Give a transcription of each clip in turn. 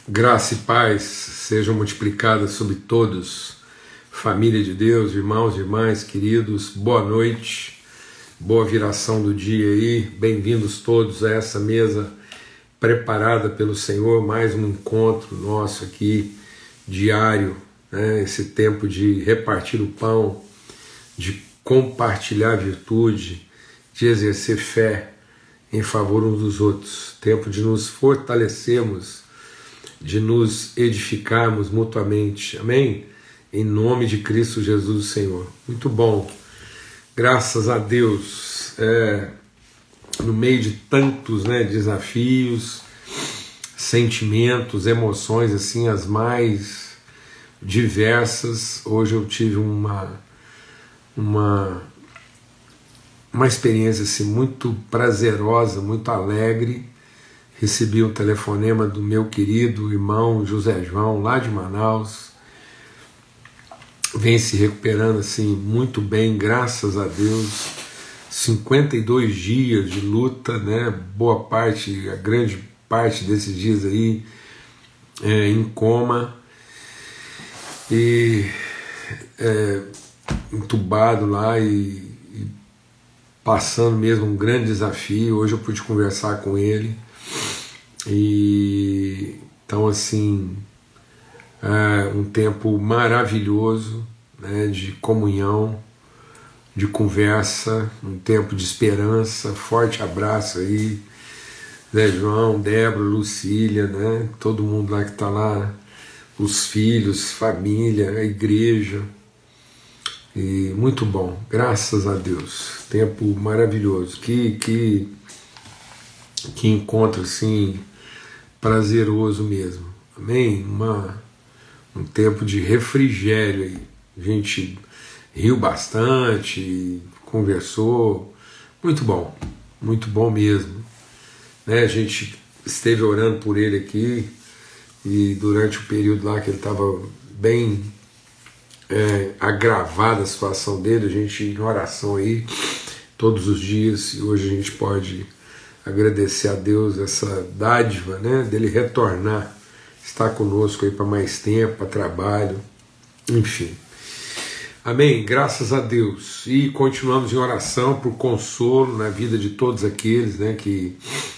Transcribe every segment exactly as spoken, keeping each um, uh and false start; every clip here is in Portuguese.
Graça e paz sejam multiplicadas sobre todos, família de Deus, irmãos e irmãs queridos, boa noite, boa viração do dia aí, bem-vindos todos a essa mesa preparada pelo Senhor, mais um encontro nosso aqui, diário, né? Esse tempo de repartir o pão, de compartilhar a virtude, de exercer fé em favor uns dos outros, tempo de nos fortalecermos, de nos edificarmos mutuamente, amém? Em nome de Cristo Jesus, o Senhor. Muito bom, graças a Deus, é, no meio de tantos né, desafios, sentimentos, emoções, assim, as mais diversas. Hoje eu tive uma, uma, uma experiência assim, muito prazerosa, muito alegre. Recebi um telefonema do meu querido irmão José João, lá de Manaus. Vem se recuperando assim muito bem, graças a Deus. cinquenta e dois dias de luta, né? Boa parte, a grande parte desses dias aí é, em coma. E é, entubado lá e, e passando mesmo um grande desafio. Hoje eu pude conversar com ele. E então assim é um tempo maravilhoso, né, de comunhão, de conversa, um tempo de esperança. Forte abraço aí, Zé João, Débora, Lucília, né, todo mundo lá que está lá, os filhos, família, a igreja. E muito bom, graças a Deus, tempo maravilhoso, que, que, que encontro assim prazeroso mesmo, amém? Uma, um tempo de refrigério aí. A gente riu bastante, conversou, muito bom, muito bom mesmo, né? A gente esteve orando por ele aqui e durante o período lá que ele estava bem é, agravada a situação dele, a gente em oração aí todos os dias, e hoje a gente pode agradecer a Deus essa dádiva, né, dele retornar, estar conosco aí para mais tempo, para trabalho, enfim. Amém? Graças a Deus. E continuamos em oração por consolo na vida de todos aqueles, né, que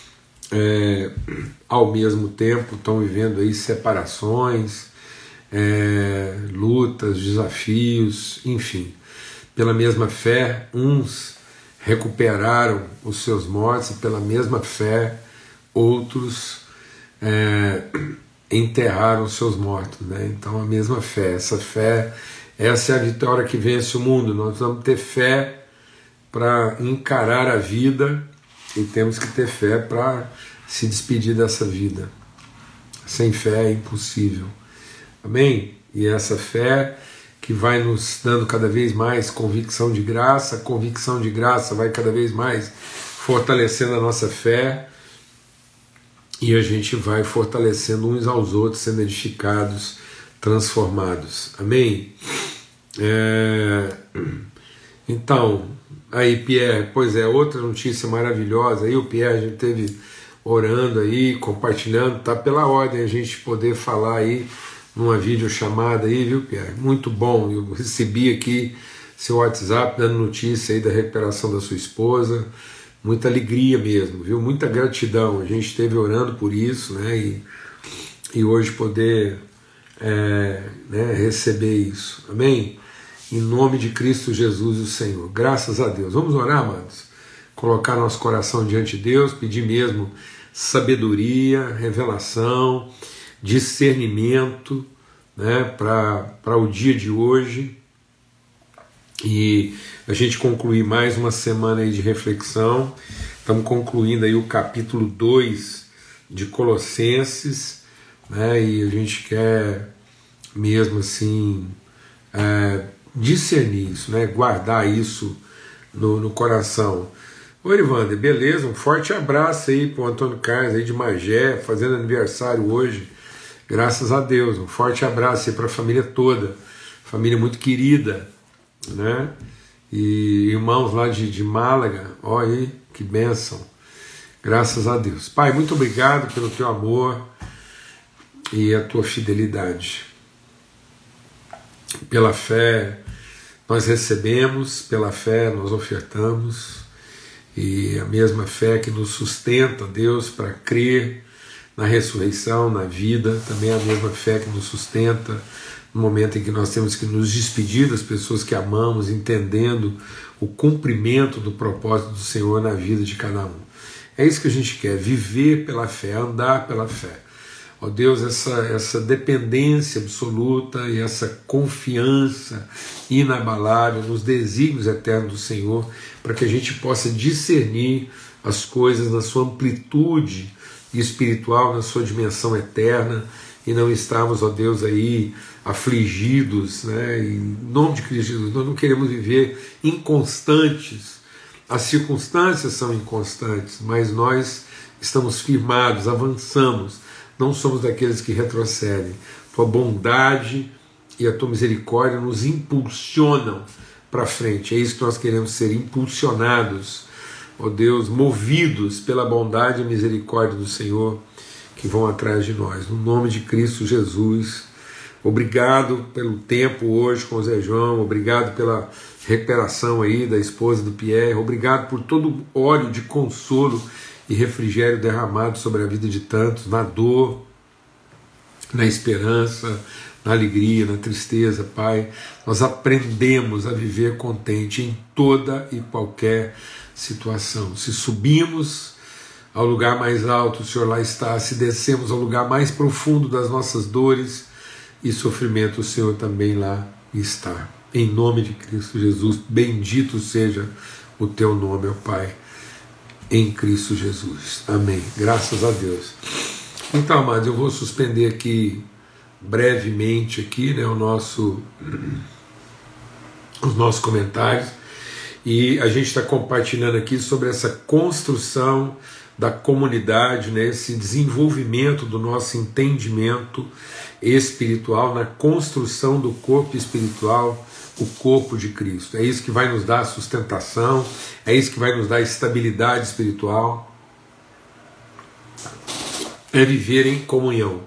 é, ao mesmo tempo estão vivendo aí separações, é, lutas, desafios, enfim. Pela mesma fé, uns recuperaram os seus mortos e pela mesma fé outros é, enterraram os seus mortos, né? Então a mesma fé, essa fé, essa é a vitória que vence o mundo. Nós vamos ter fé para encarar a vida e temos que ter fé para se despedir dessa vida. Sem fé é impossível, amém? E essa fé que vai nos dando cada vez mais convicção de graça, a convicção de graça vai cada vez mais fortalecendo a nossa fé, e a gente vai fortalecendo uns aos outros, sendo edificados, transformados, amém? É... Então, aí Pierre, pois é, outra notícia maravilhosa, aí o Pierre, a gente teve orando aí, compartilhando, tá pela ordem a gente poder falar aí numa videochamada aí, viu, Pierre? Muito bom, eu recebi aqui seu WhatsApp dando notícia aí da recuperação da sua esposa, muita alegria mesmo, viu? Muita gratidão, a gente esteve orando por isso, né, e, e hoje poder é, né, receber isso, amém? Em nome de Cristo Jesus, o Senhor, graças a Deus. Vamos orar, amados? Colocar nosso coração diante de Deus, pedir mesmo sabedoria, revelação, discernimento, né, para o dia de hoje, e a gente concluir mais uma semana aí de reflexão. Estamos concluindo aí o capítulo dois de Colossenses, né, e a gente quer mesmo assim é, discernir isso, né, guardar isso no, no coração. Oi, Ivander, beleza? Um forte abraço aí para o Antônio Carlos aí de Magé, fazendo aniversário hoje. Graças a Deus, um forte abraço aí para a família toda, família muito querida, né? E irmãos lá de, de Málaga, olha aí, que bênção, graças a Deus. Pai, muito obrigado pelo teu amor, e a tua fidelidade. Pela fé nós recebemos, pela fé nós ofertamos, e a mesma fé que nos sustenta, Deus, para crer na ressurreição, na vida, também é a mesma fé que nos sustenta no momento em que nós temos que nos despedir das pessoas que amamos, entendendo o cumprimento do propósito do Senhor na vida de cada um. É isso que a gente quer, viver pela fé, andar pela fé. Ó Deus, essa, essa dependência absoluta e essa confiança inabalável nos desígnios eternos do Senhor, para que a gente possa discernir as coisas na sua amplitude espiritual, na sua dimensão eterna, e não estarmos, ó Deus, aí afligidos, né? Em nome de Cristo Jesus. Nós não queremos viver inconstantes. As circunstâncias são inconstantes, mas nós estamos firmados, avançamos, não somos daqueles que retrocedem. Tua bondade e a tua misericórdia nos impulsionam para frente. É isso que nós queremos ser, impulsionados, ó Deus, movidos pela bondade e misericórdia do Senhor, que vão atrás de nós. No nome de Cristo Jesus, obrigado pelo tempo hoje com o Zé João, obrigado pela recuperação aí da esposa do Pierre, obrigado por todo o óleo de consolo e refrigério derramado sobre a vida de tantos, na dor, na esperança, na alegria, na tristeza, Pai. Nós aprendemos a viver contente em toda e qualquer situação. Se subimos ao lugar mais alto, o Senhor lá está. Se descemos ao lugar mais profundo das nossas dores e sofrimento, o Senhor também lá está. Em nome de Cristo Jesus, bendito seja o teu nome, ó Pai, em Cristo Jesus. Amém. Graças a Deus. Então, amados, eu vou suspender aqui brevemente aqui, né, o nosso, os nossos comentários, e a gente está compartilhando aqui sobre essa construção da comunidade, né, esse desenvolvimento do nosso entendimento espiritual na construção do corpo espiritual, o corpo de Cristo. É isso que vai nos dar sustentação, é isso que vai nos dar estabilidade espiritual, é viver em comunhão.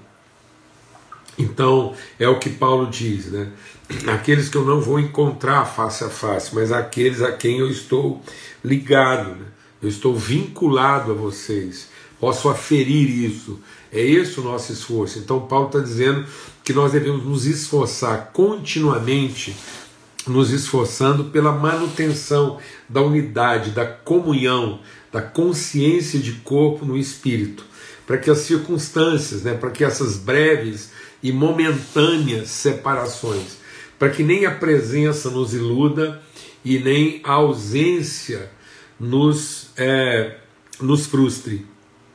Então, é o que Paulo diz, né? Aqueles que eu não vou encontrar face a face, mas aqueles a quem eu estou ligado, né? Eu estou vinculado a vocês, posso aferir isso, é esse o nosso esforço. Então Paulo está dizendo que nós devemos nos esforçar continuamente, nos esforçando pela manutenção da unidade, da comunhão, da consciência de corpo no espírito, para que as circunstâncias, né, para que essas breves e momentâneas separações, para que nem a presença nos iluda e nem a ausência nos, é, nos frustre.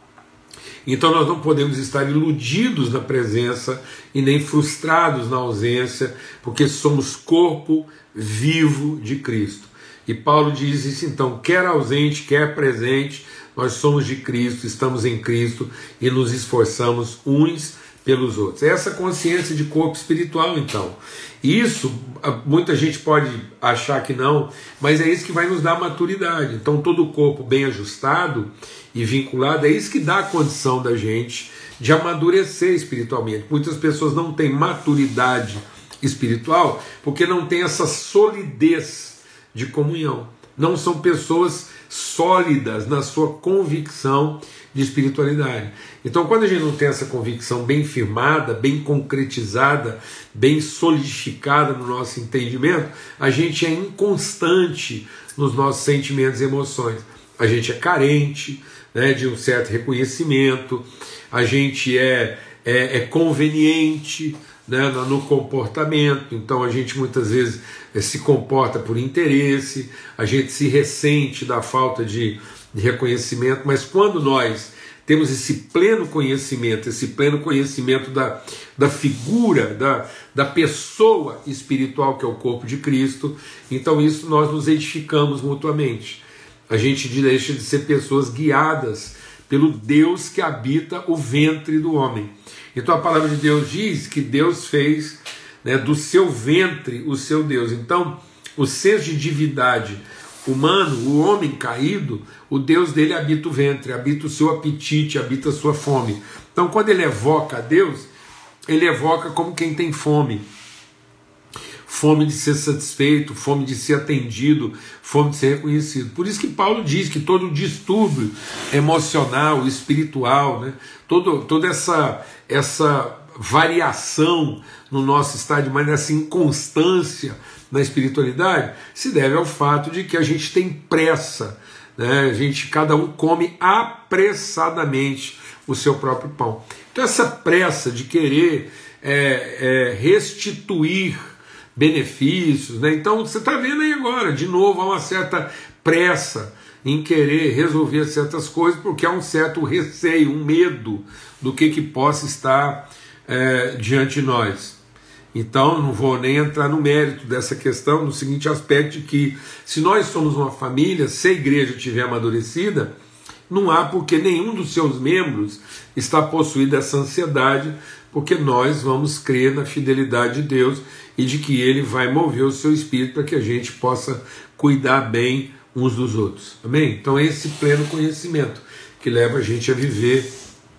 Então nós não podemos estar iludidos na presença e nem frustrados na ausência, porque somos corpo vivo de Cristo. E Paulo diz isso então, quer ausente, quer presente, nós somos de Cristo, estamos em Cristo e nos esforçamos uns pelos outros. É essa consciência de corpo espiritual, então. Isso, muita gente pode achar que não, mas é isso que vai nos dar maturidade. Então todo o corpo bem ajustado e vinculado, é isso que dá a condição da gente de amadurecer espiritualmente. Muitas pessoas não têm maturidade espiritual porque não têm essa solidez de comunhão. Não são pessoas sólidas na sua convicção de espiritualidade. Então, quando a gente não tem essa convicção bem firmada, bem concretizada, bem solidificada no nosso entendimento, a gente é inconstante nos nossos sentimentos e emoções. A gente é carente, né, de um certo reconhecimento, a gente é, é, é conveniente, né, no comportamento. Então a gente muitas vezes é, se comporta por interesse, a gente se ressente da falta de, de reconhecimento, mas quando nós temos esse pleno conhecimento, esse pleno conhecimento da, da figura, da, da pessoa espiritual que é o corpo de Cristo, então isso nós nos edificamos mutuamente. A gente deixa de ser pessoas guiadas pelo Deus que habita o ventre do homem. Então a palavra de Deus diz que Deus fez, né, do seu ventre o seu Deus. Então o senso de divindade humano, o homem caído, o Deus dele habita o ventre, habita o seu apetite, habita a sua fome. Então quando ele evoca a Deus, ele evoca como quem tem fome. Fome de ser satisfeito, fome de ser atendido, fome de ser reconhecido. Por isso que Paulo diz que todo distúrbio emocional, espiritual, né, todo, toda essa, essa variação no nosso estado, mas essa inconstância na espiritualidade, se deve ao fato de que a gente tem pressa, né, a gente, cada um come apressadamente o seu próprio pão. Então essa pressa de querer é, é, restituir benefícios, né? Então você está vendo aí agora, de novo, há uma certa pressa em querer resolver certas coisas, porque há um certo receio, um medo do que, que possa estar é, diante de nós. Então não vou nem entrar no mérito dessa questão, no seguinte aspecto de que se nós somos uma família, se a igreja estiver amadurecida, não há porque nenhum dos seus membros está possuído dessa ansiedade, porque nós vamos crer na fidelidade de Deus e de que Ele vai mover o seu espírito para que a gente possa cuidar bem uns dos outros. Amém? Então é esse pleno conhecimento que leva a gente a viver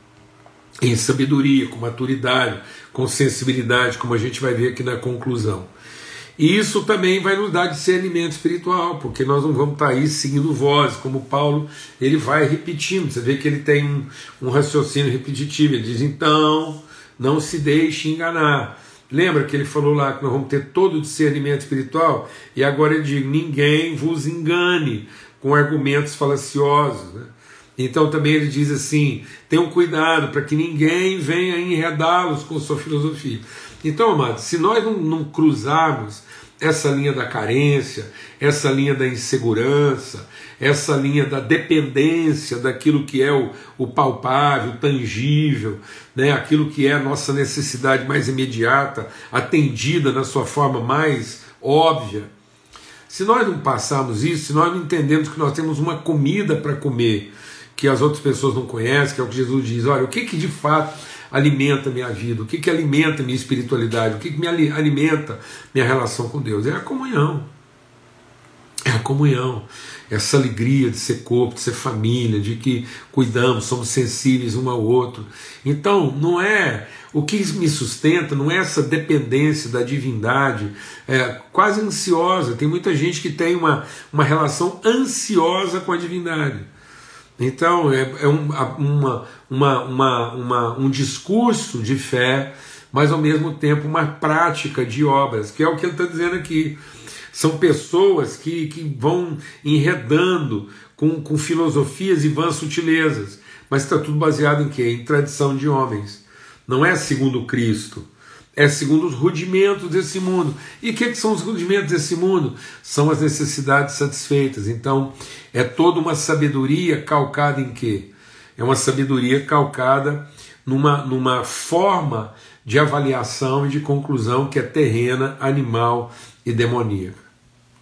em sabedoria, com maturidade, com sensibilidade, como a gente vai ver aqui na conclusão. E isso também vai nos dar discernimento espiritual, porque nós não vamos estar aí seguindo vozes, como Paulo, ele vai repetindo. Você vê que ele tem um, um raciocínio repetitivo, ele diz, então, não se deixe enganar. Lembra que ele falou lá que nós vamos ter todo o discernimento espiritual? E agora ele diz, ninguém vos engane com argumentos falaciosos, né? Então também ele diz assim, tenham cuidado para que ninguém venha enredá-los com sua filosofia. Então, amados, se nós não, não cruzarmos essa linha da carência, essa linha da insegurança, essa linha da dependência daquilo que é o, o palpável, o tangível, né, aquilo que é a nossa necessidade mais imediata, atendida na sua forma mais óbvia, se nós não passarmos isso, se nós não entendemos que nós temos uma comida para comer, que as outras pessoas não conhecem, que é o que Jesus diz, olha, o que que de fato alimenta minha vida, o que que alimenta minha espiritualidade, o que que me alimenta minha relação com Deus, é a comunhão, é a comunhão, essa alegria de ser corpo, de ser família, de que cuidamos, somos sensíveis um ao outro. Então não é, o que me sustenta não é essa dependência da divindade, é, quase ansiosa, tem muita gente que tem uma, uma relação ansiosa com a divindade. Então é, é um, uma, uma, uma, uma, um discurso de fé, mas ao mesmo tempo uma prática de obras, que é o que ele está dizendo aqui. São pessoas que, que vão enredando com, com filosofias e vãs sutilezas, mas está tudo baseado em quê? Em tradição de homens. Não é segundo Cristo, é segundo os rudimentos desse mundo. E o que, que são os rudimentos desse mundo? São as necessidades satisfeitas. Então, é toda uma sabedoria calcada em quê? É uma sabedoria calcada numa, numa forma de avaliação e de conclusão que é terrena, animal e demoníaca.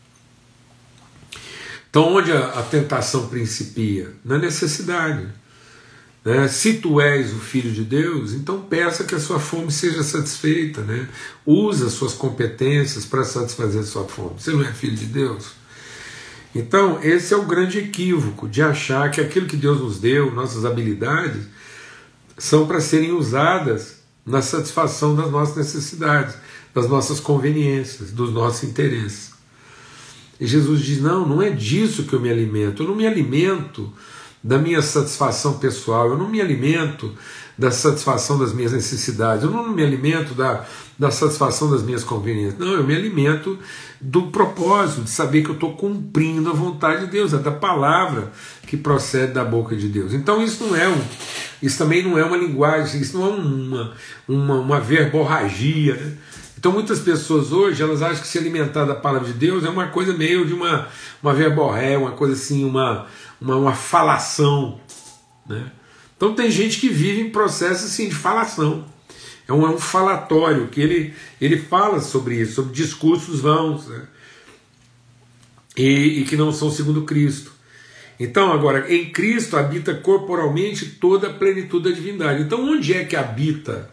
Então, onde a, a tentação principia? Na necessidade. Né? Se tu és o Filho de Deus, então peça que a sua fome seja satisfeita. Né? Usa suas competências para satisfazer a sua fome. Você não é filho de Deus? Então, esse é o grande equívoco de achar que aquilo que Deus nos deu, nossas habilidades, são para serem usadas na satisfação das nossas necessidades, das nossas conveniências, dos nossos interesses. E Jesus diz, não, não é disso que eu me alimento, eu não me alimento da minha satisfação pessoal, eu não me alimento da satisfação das minhas necessidades, eu não me alimento da, da satisfação das minhas conveniências, não, eu me alimento do propósito, de saber que eu estou cumprindo a vontade de Deus, é da palavra que procede da boca de Deus. Então isso não é um, isso também não é uma linguagem, isso não é uma, uma, uma verborragia, né? Então muitas pessoas hoje, elas acham que se alimentar da palavra de Deus é uma coisa meio de uma, uma verborré, uma coisa assim, uma, uma, uma falação, né? Então tem gente que vive em processo assim, de falação, é um, é um falatório, que ele, ele fala sobre isso, sobre discursos vãos, né? e, e que não são segundo Cristo. Então agora, em Cristo habita corporalmente toda a plenitude da divindade. Então onde é que habita?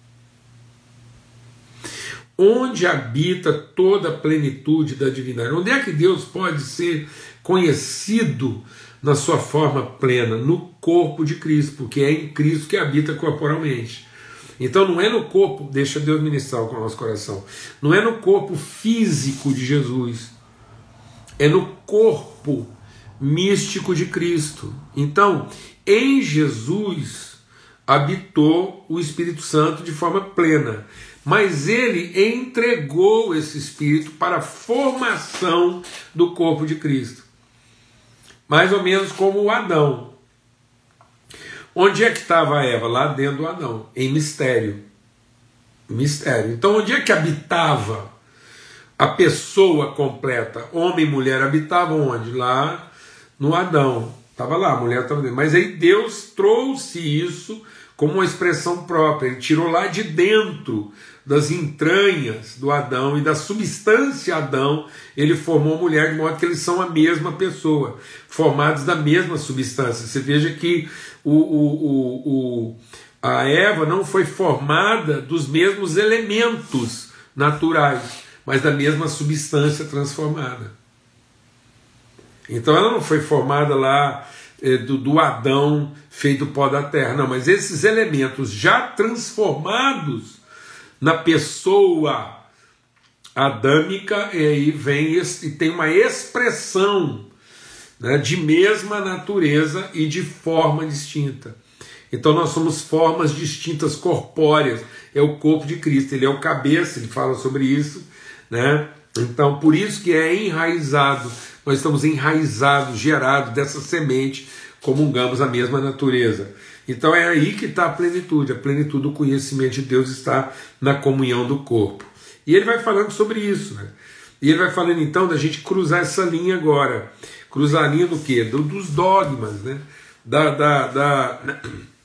Onde habita toda a plenitude da divindade? Onde é que Deus pode ser conhecido na sua forma plena? No corpo de Cristo, porque é em Cristo que habita corporalmente. Então não é no corpo, deixa Deus ministrar com o nosso coração, não é no corpo físico de Jesus, é no corpo místico de Cristo. Então, em Jesus habitou o Espírito Santo de forma plena, mas ele entregou esse Espírito para a formação do corpo de Cristo. Mais ou menos como o Adão. Onde é que estava a Eva? Lá dentro do Adão, em mistério. Mistério. Então, onde é que habitava a pessoa completa? Homem e mulher habitavam onde? Lá no Adão. Estava lá, a mulher estava dentro. Mas aí Deus trouxe isso como uma expressão própria. Ele tirou lá de dentro das entranhas do Adão e da substância Adão, ele formou a mulher, de modo que eles são a mesma pessoa, formados da mesma substância. Você veja que o, o, o, o, a Eva não foi formada dos mesmos elementos naturais, mas da mesma substância transformada. Então ela não foi formada lá eh, do, do Adão feito pó da terra, não, mas esses elementos já transformados na pessoa adâmica, e aí vem e tem uma expressão, né, de mesma natureza e de forma distinta. Então nós somos formas distintas, corpóreas. É o corpo de Cristo, ele é o cabeça, ele fala sobre isso, né? Então por isso que é enraizado, nós estamos enraizados, gerados dessa semente, comungamos a mesma natureza. Então é aí que está a plenitude, a plenitude do conhecimento de Deus está na comunhão do corpo. E ele vai falando sobre isso, né? E ele vai falando então da gente cruzar essa linha agora. Cruzar a linha do quê? Do, dos dogmas, né? Da, da, da,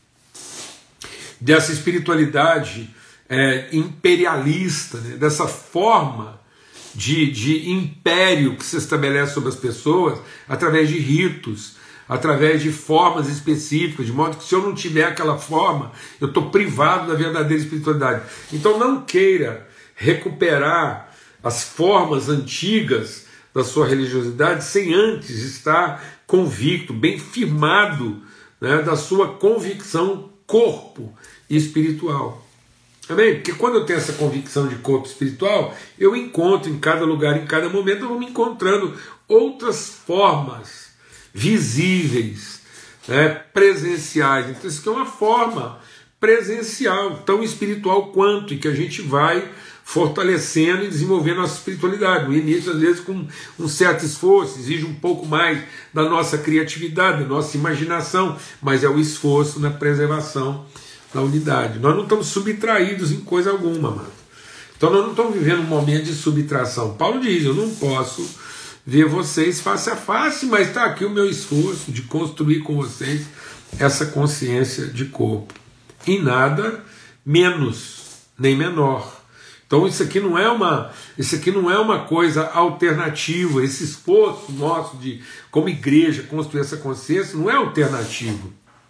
dessa espiritualidade é, imperialista, né? Dessa forma de, de império que se estabelece sobre as pessoas através de ritos, através de formas específicas, de modo que se eu não tiver aquela forma, eu estou privado da verdadeira espiritualidade. Então não queira recuperar as formas antigas da sua religiosidade sem antes estar convicto, bem firmado, né, da sua convicção corpo espiritual. Amém? Porque quando eu tenho essa convicção de corpo espiritual, eu encontro em cada lugar, em cada momento, eu vou me encontrando outras formas visíveis, né, presenciais. Então isso aqui é uma forma presencial, tão espiritual quanto, e que a gente vai fortalecendo e desenvolvendo a nossa espiritualidade. No início, às vezes, com um certo esforço, exige um pouco mais da nossa criatividade, da nossa imaginação, mas é o esforço na preservação da unidade. Nós não estamos subtraídos em coisa alguma, mano. Então nós não estamos vivendo um momento de subtração. Paulo diz, eu não posso ver vocês face a face, mas está aqui o meu esforço de construir com vocês essa consciência de corpo. E nada menos, nem menor. Então isso aqui não é uma, isso aqui não é uma coisa alternativa, esse esforço nosso de, como igreja, construir essa consciência, não é alternativo.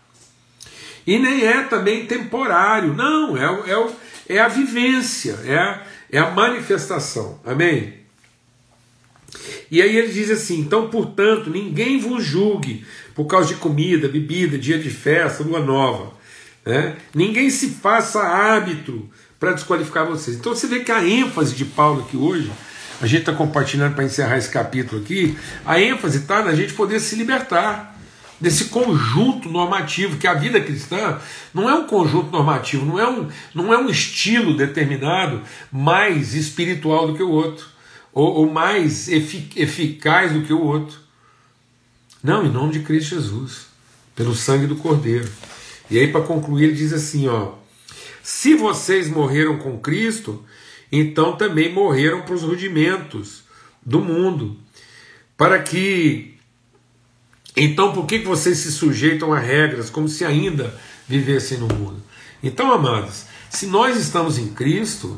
E nem é também temporário, não, é, é, é a vivência, é a, é a manifestação. Amém? E aí ele diz assim, então, portanto, ninguém vos julgue por causa de comida, bebida, dia de festa, lua nova, né? Ninguém se faça árbitro para desqualificar vocês. Então você vê que a ênfase de Paulo aqui hoje, a gente está compartilhando para encerrar esse capítulo aqui, a ênfase está na gente poder se libertar desse conjunto normativo, que a vida cristã não é um conjunto normativo, não é um, não é um estilo determinado mais espiritual do que o outro, ou, ou mais efic eficaz do que o outro. Não, em nome de Cristo Jesus, pelo sangue do Cordeiro. E aí, para concluir, ele diz assim, ó, se vocês morreram com Cristo, então também morreram para os rudimentos do mundo, para que então por que vocês se sujeitam a regras como se ainda vivessem no mundo? Então, amados, se nós estamos em Cristo,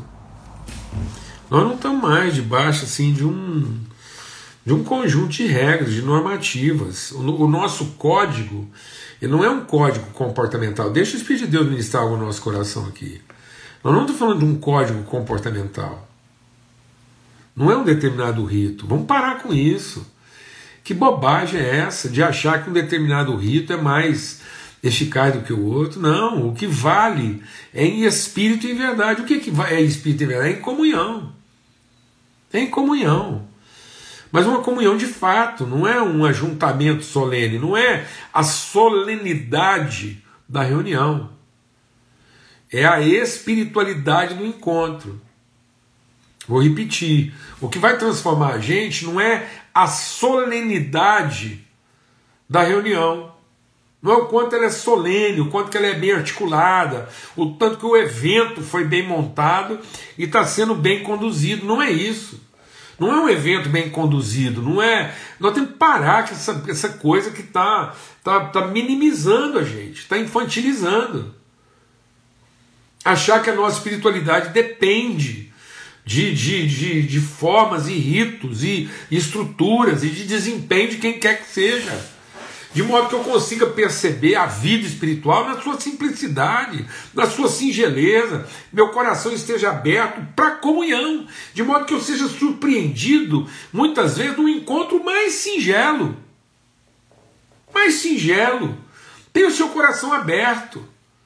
nós não estamos mais debaixo assim, de, um, de um conjunto de regras, de normativas. O, o nosso código, ele não é um código comportamental. Deixa o Espírito de Deus ministrar algo no nosso coração aqui. Nós não estamos falando de um código comportamental. Não é um determinado rito. Vamos parar com isso. Que bobagem é essa de achar que um determinado rito é mais, eficaz do que o outro. Não, o que vale é em espírito e em verdade. O que, que é em espírito e em verdade? É em comunhão. É em comunhão. Mas uma comunhão de fato, não é um ajuntamento solene, não é a solenidade da reunião. É a espiritualidade do encontro. Vou repetir. O que vai transformar a gente não é a solenidade da reunião. Não é o quanto ela é solene, o quanto que ela é bem articulada, o tanto que o evento foi bem montado e está sendo bem conduzido. Não é isso. Não é um evento bem conduzido, não é. Nós temos que parar com essa, essa coisa que está tá, tá minimizando a gente, está infantilizando. Achar que a nossa espiritualidade depende de, de, de, de formas e ritos e estruturas e de desempenho de quem quer que seja. De modo que eu consiga perceber a vida espiritual na sua simplicidade, na sua singeleza, meu coração esteja aberto para a comunhão, de modo que eu seja surpreendido, muitas vezes, num encontro mais singelo. Mais singelo. Tenha o seu coração aberto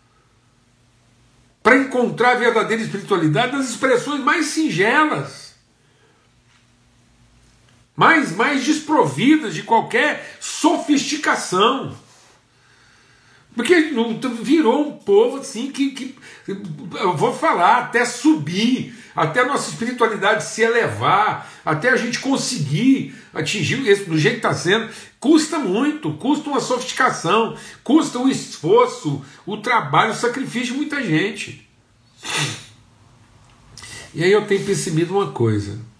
para encontrar a verdadeira espiritualidade nas expressões mais singelas. Mais, mais desprovidas de qualquer sofisticação. Porque virou um povo assim que, que eu vou falar, até subir, até a nossa espiritualidade se elevar, até a gente conseguir atingir esse do jeito que está sendo, custa muito, custa uma sofisticação, custa o esforço, o trabalho, o sacrifício de muita gente. E aí eu tenho percebido uma coisa,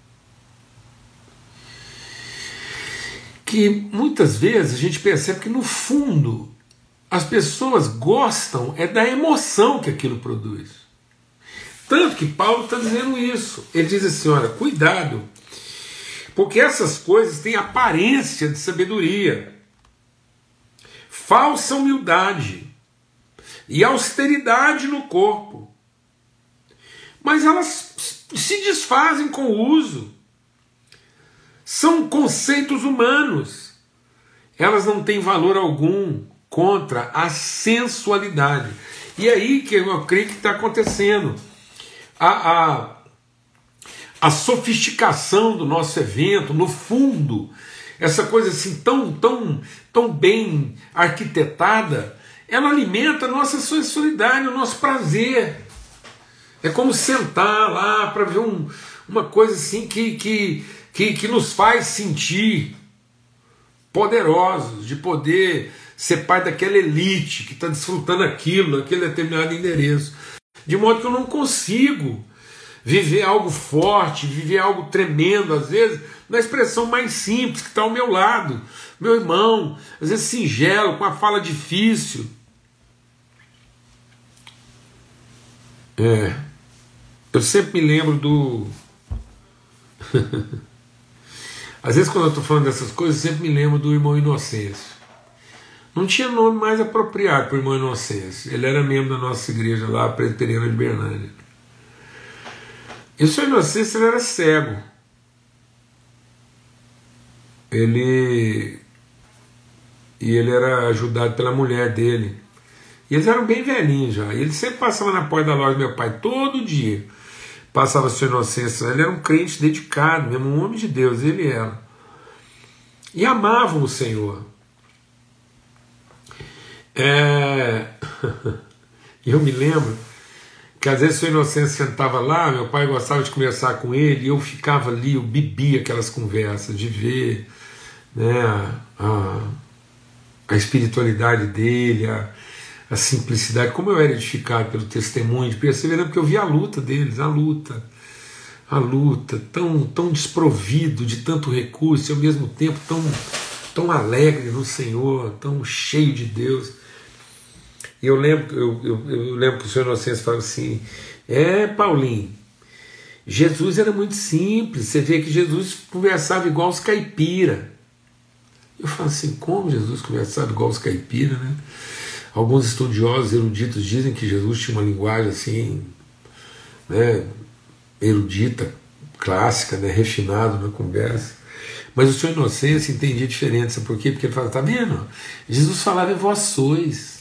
que muitas vezes a gente percebe que no fundo as pessoas gostam é da emoção que aquilo produz. Tanto que Paulo está dizendo isso. Ele diz assim, olha, cuidado, porque essas coisas têm aparência de sabedoria, falsa humildade e austeridade no corpo, mas elas se desfazem com o uso. São conceitos humanos. Elas não têm valor algum contra a sensualidade. E é aí que eu creio que está acontecendo. A, a, a sofisticação do nosso evento, no fundo, essa coisa assim tão, tão, tão bem arquitetada, ela alimenta a nossa sensualidade, o nosso prazer. É como sentar lá para ver um, uma coisa assim que... que Que, que nos faz sentir poderosos, de poder ser parte daquela elite que está desfrutando aquilo, naquele determinado endereço. De modo que eu não consigo viver algo forte, viver algo tremendo, às vezes, na expressão mais simples, que está ao meu lado, meu irmão, às vezes singelo, com a fala difícil. É, eu sempre me lembro do... Às vezes quando eu estou falando dessas coisas, eu sempre me lembro do irmão Inocêncio. Não tinha nome mais apropriado para o irmão Inocêncio. Ele era membro da nossa igreja lá, presbiteriana de Bernardes. E o senhor Inocêncio ele era cego. Ele... E ele era ajudado pela mulher dele. E eles eram bem velhinhos já. E ele sempre passava na porta da loja do meu pai, todo dia. Passava o senhor Inocêncio, ele era um crente dedicado, mesmo um homem de Deus, ele era. E amavam o Senhor. É... eu me lembro que às vezes o senhor Inocêncio sentava lá, meu pai gostava de conversar com ele, e eu ficava ali, eu bebia aquelas conversas, de ver, né, a, a espiritualidade dele, a, a simplicidade, como eu era edificado pelo testemunho, de perseverança, porque eu via a luta deles, a luta, a luta, tão, tão desprovido de tanto recurso, e ao mesmo tempo tão, tão alegre no Senhor, tão cheio de Deus. E eu lembro, eu, eu, eu lembro que o senhor Inocêncio falava assim, é, Paulinho, Jesus era muito simples, você vê que Jesus conversava igual os caipira. Eu falo assim, como Jesus conversava igual os caipira, né? Alguns estudiosos eruditos dizem que Jesus tinha uma linguagem assim, né, erudita, clássica, né, refinado na conversa. Mas o Senhor Inocêncio entendia diferente, sabe por quê? Porque ele fala, tá vendo? Jesus falava, vós sois,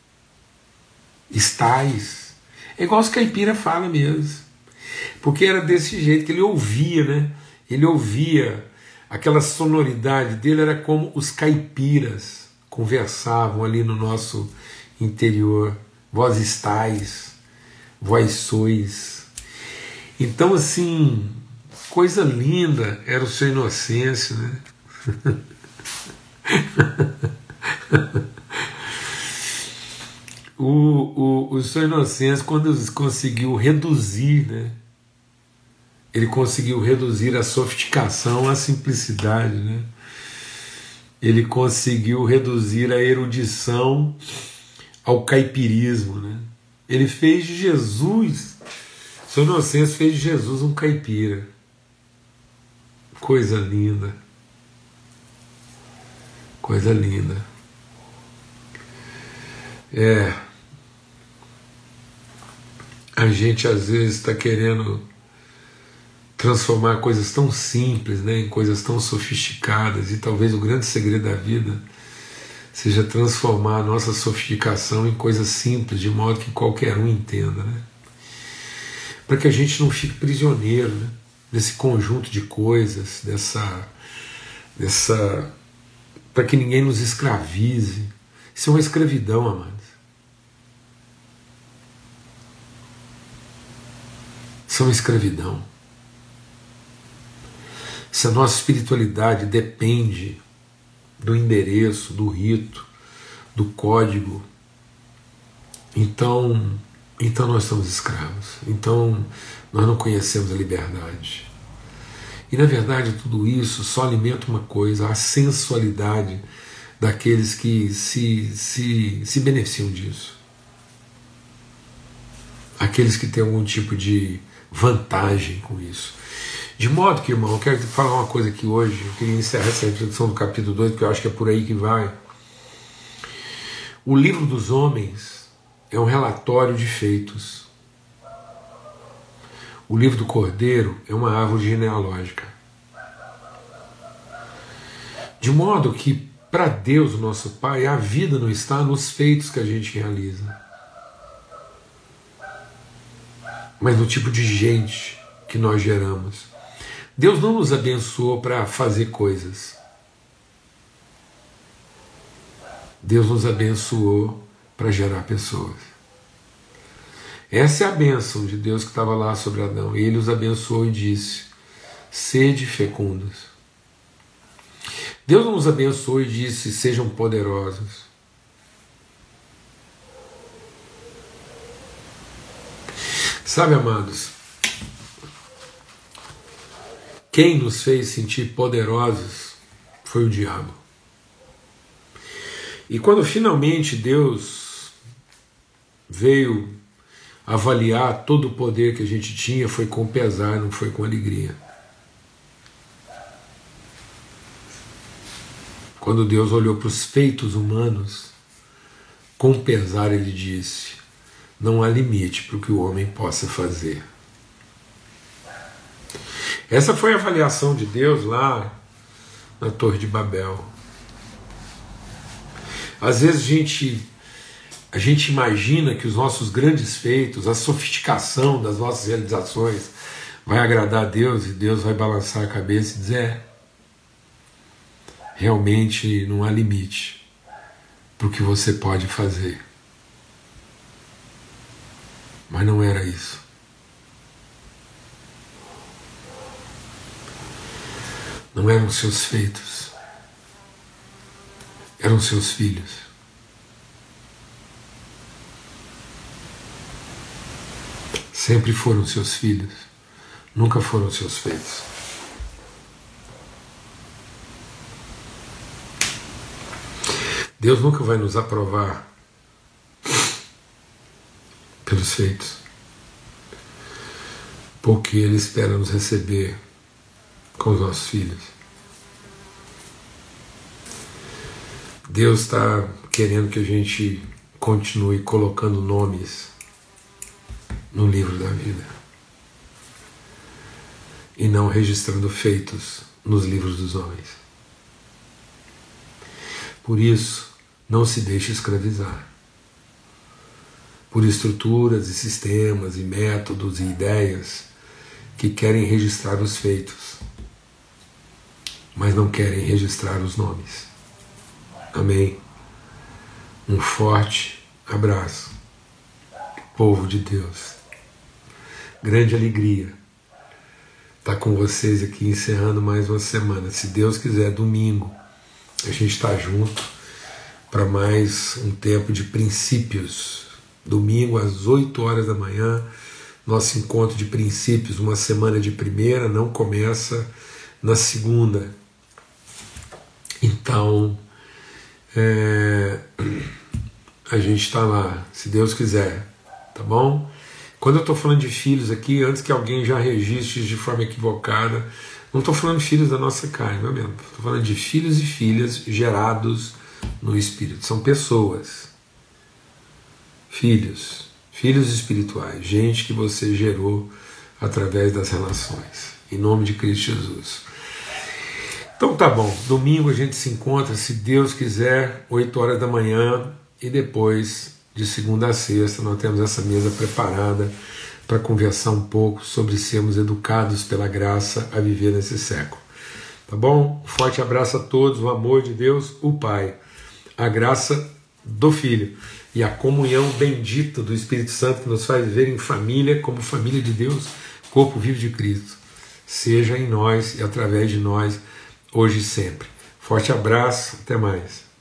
estais. É igual os caipira falam mesmo. Porque era desse jeito que ele ouvia, né? Ele ouvia, aquela sonoridade dele era como os caipiras conversavam ali no nosso interior. Vós estais, vós sois. Então, assim, coisa linda era o seu Inocêncio, né? o, o, o seu Inocêncio, quando conseguiu reduzir, né? Ele conseguiu reduzir a sofisticação à simplicidade, né? Ele conseguiu reduzir a erudição ao caipirismo, né? Ele fez de Jesus, São Inocêncio fez de Jesus um caipira. Coisa linda. Coisa linda. É. A gente às vezes está querendo transformar coisas tão simples, né, em coisas tão sofisticadas, e talvez o grande segredo da vida seja transformar a nossa sofisticação em coisas simples, de modo que qualquer um entenda, né? Para que a gente não fique prisioneiro, né, desse conjunto de coisas, dessa, dessa, para que ninguém nos escravize. Isso é uma escravidão, amados. Isso é uma escravidão. Se a nossa espiritualidade depende do endereço, do rito, do código, então, então nós somos escravos. Então nós não conhecemos a liberdade. E na verdade tudo isso só alimenta uma coisa, a sensualidade daqueles que se, se, se beneficiam disso. Aqueles que têm algum tipo de vantagem com isso. De modo que, irmão, eu quero te falar uma coisa aqui hoje. Eu queria encerrar essa introdução do capítulo dois, porque eu acho que é por aí que vai. O livro dos homens é um relatório de feitos. O livro do Cordeiro é uma árvore genealógica. De modo que, para Deus, o nosso Pai, a vida não está nos feitos que a gente realiza, mas no tipo de gente que nós geramos. Deus não nos abençoou para fazer coisas. Deus nos abençoou para gerar pessoas. Essa é a bênção de Deus que estava lá sobre Adão. E ele os abençoou e disse: sede fecundos. Deus não nos abençoou e disse: sejam poderosos. Sabe, amados, quem nos fez sentir poderosos foi o diabo. E quando finalmente Deus veio avaliar todo o poder que a gente tinha, foi com pesar, não foi com alegria. Quando Deus olhou para os feitos humanos, com pesar ele disse: não há limite para o que o homem possa fazer. Essa foi a avaliação de Deus lá na Torre de Babel. Às vezes a gente, a gente imagina que os nossos grandes feitos, a sofisticação das nossas realizações vai agradar a Deus, e Deus vai balançar a cabeça e dizer: é, realmente não há limite para o que você pode fazer. Mas não era isso. Não eram seus feitos, eram seus filhos. Sempre foram seus filhos, nunca foram seus feitos. Deus nunca vai nos aprovar pelos feitos, porque Ele espera nos receber com os nossos filhos. Deus está querendo que a gente continue colocando nomes no livro da vida. e não registrando feitos nos livros dos homens. Por isso, não se deixe escravizar por estruturas e sistemas e métodos e ideias que querem registrar os feitos, mas não querem registrar os nomes. Amém? Um forte abraço, povo de Deus. Grande alegria estar com vocês aqui, encerrando mais uma semana. Se Deus quiser, domingo, a gente está junto para mais um tempo de princípios. Domingo, às oito horas da manhã, nosso encontro de princípios. Uma semana de primeira, não começa na segunda. Então, é, a gente está lá, se Deus quiser, tá bom? Quando eu estou falando de filhos aqui, antes que alguém já registre de forma equivocada, não estou falando de filhos da nossa carne, não é mesmo? Estou falando de filhos e filhas gerados no Espírito. São pessoas. Filhos. Filhos espirituais. Gente que você gerou através das relações. Em nome de Cristo Jesus. Então tá bom. Domingo a gente se encontra, se Deus quiser, oito horas da manhã. E depois, de segunda a sexta, nós temos essa mesa preparada para conversar um pouco sobre sermos educados pela graça a viver nesse século. Tá bom? Um forte abraço a todos, o amor de Deus, o Pai, a graça do Filho e a comunhão bendita do Espírito Santo que nos faz viver em família, como família de Deus, corpo vivo de Cristo, seja em nós e através de nós, hoje e sempre. Forte abraço, até mais.